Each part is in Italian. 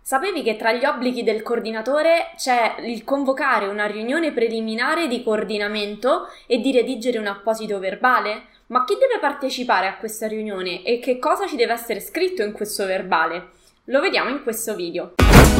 Sapevi che tra gli obblighi del coordinatore c'è il convocare una riunione preliminare di coordinamento e di redigere un apposito verbale? Ma chi deve partecipare a questa riunione e che cosa ci deve essere scritto in questo verbale? Lo vediamo in questo video.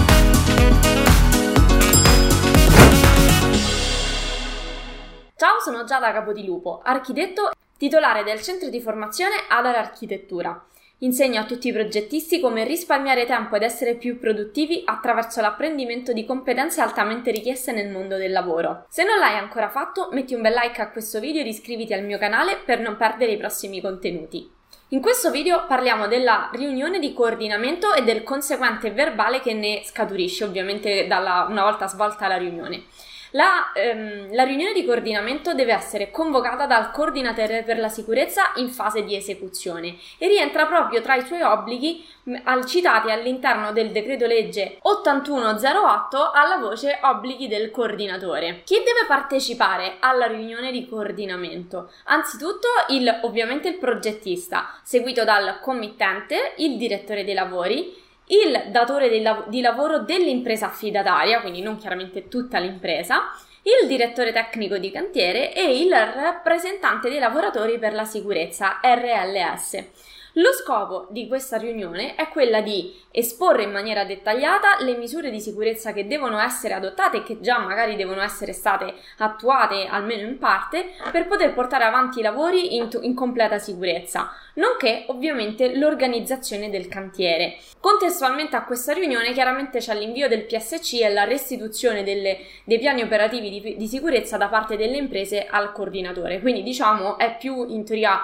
Ciao, sono Giada Capodilupo, architetto titolare del Centro di Formazione Adar Architettura. Insegno a tutti i progettisti come risparmiare tempo ed essere più produttivi attraverso l'apprendimento di competenze altamente richieste nel mondo del lavoro. Se non l'hai ancora fatto, metti un bel like a questo video ed iscriviti al mio canale per non perdere i prossimi contenuti. In questo video parliamo della riunione di coordinamento e del conseguente verbale che ne scaturisce, ovviamente una volta svolta la riunione. La riunione di coordinamento deve essere convocata dal coordinatore per la sicurezza in fase di esecuzione e rientra proprio tra i suoi obblighi citati all'interno del decreto legge 8108 alla voce obblighi del coordinatore. Chi deve partecipare alla riunione di coordinamento? Anzitutto ovviamente il progettista, seguito dal committente, il direttore dei lavori, il datore di lavoro dell'impresa affidataria, quindi non chiaramente tutta l'impresa, il direttore tecnico di cantiere e il rappresentante dei lavoratori per la sicurezza, RLS. Lo scopo di questa riunione è quella di esporre in maniera dettagliata le misure di sicurezza che devono essere adottate e che già magari devono essere state attuate almeno in parte per poter portare avanti i lavori in completa sicurezza, nonché ovviamente l'organizzazione del cantiere. Contestualmente a questa riunione chiaramente c'è l'invio del PSC e la restituzione dei piani operativi di sicurezza da parte delle imprese al coordinatore, quindi diciamo è più in teoria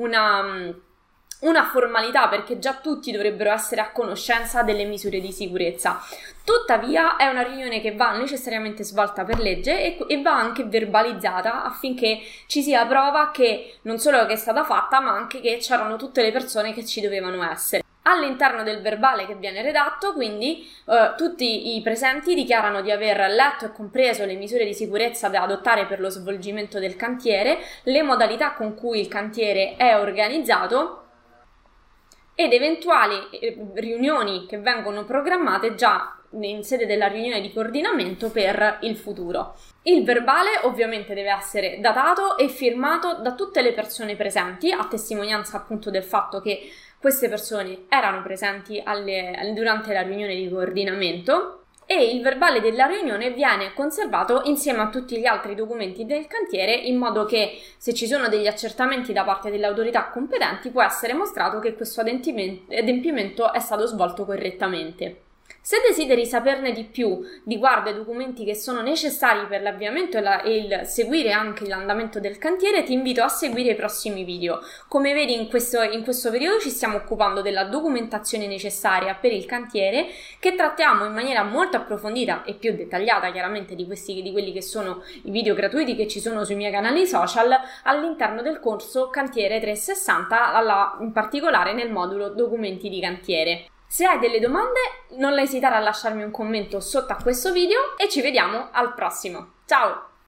una formalità perché già tutti dovrebbero essere a conoscenza delle misure di sicurezza. Tuttavia è una riunione che va necessariamente svolta per legge e va anche verbalizzata affinché ci sia prova che non solo che è stata fatta ma anche che c'erano tutte le persone che ci dovevano essere. All'interno del verbale che viene redatto, quindi, tutti i presenti dichiarano di aver letto e compreso le misure di sicurezza da adottare per lo svolgimento del cantiere, le modalità con cui il cantiere è organizzato ed eventuali riunioni che vengono programmate già in sede della riunione di coordinamento per il futuro. Il verbale ovviamente deve essere datato e firmato da tutte le persone presenti, a testimonianza appunto del fatto che queste persone erano presenti durante la riunione di coordinamento, e il verbale della riunione viene conservato insieme a tutti gli altri documenti del cantiere in modo che se ci sono degli accertamenti da parte delle autorità competenti può essere mostrato che questo adempimento è stato svolto correttamente. Se desideri saperne di più riguardo ai documenti che sono necessari per l'avviamento e il seguire anche l'andamento del cantiere, ti invito a seguire i prossimi video. Come vedi in questo periodo ci stiamo occupando della documentazione necessaria per il cantiere, che trattiamo in maniera molto approfondita e più dettagliata chiaramente di quelli che sono i video gratuiti che ci sono sui miei canali social all'interno del corso Cantiere 360, in particolare nel modulo Documenti di cantiere. Se hai delle domande non esitare a lasciarmi un commento sotto a questo video e ci vediamo al prossimo. Ciao!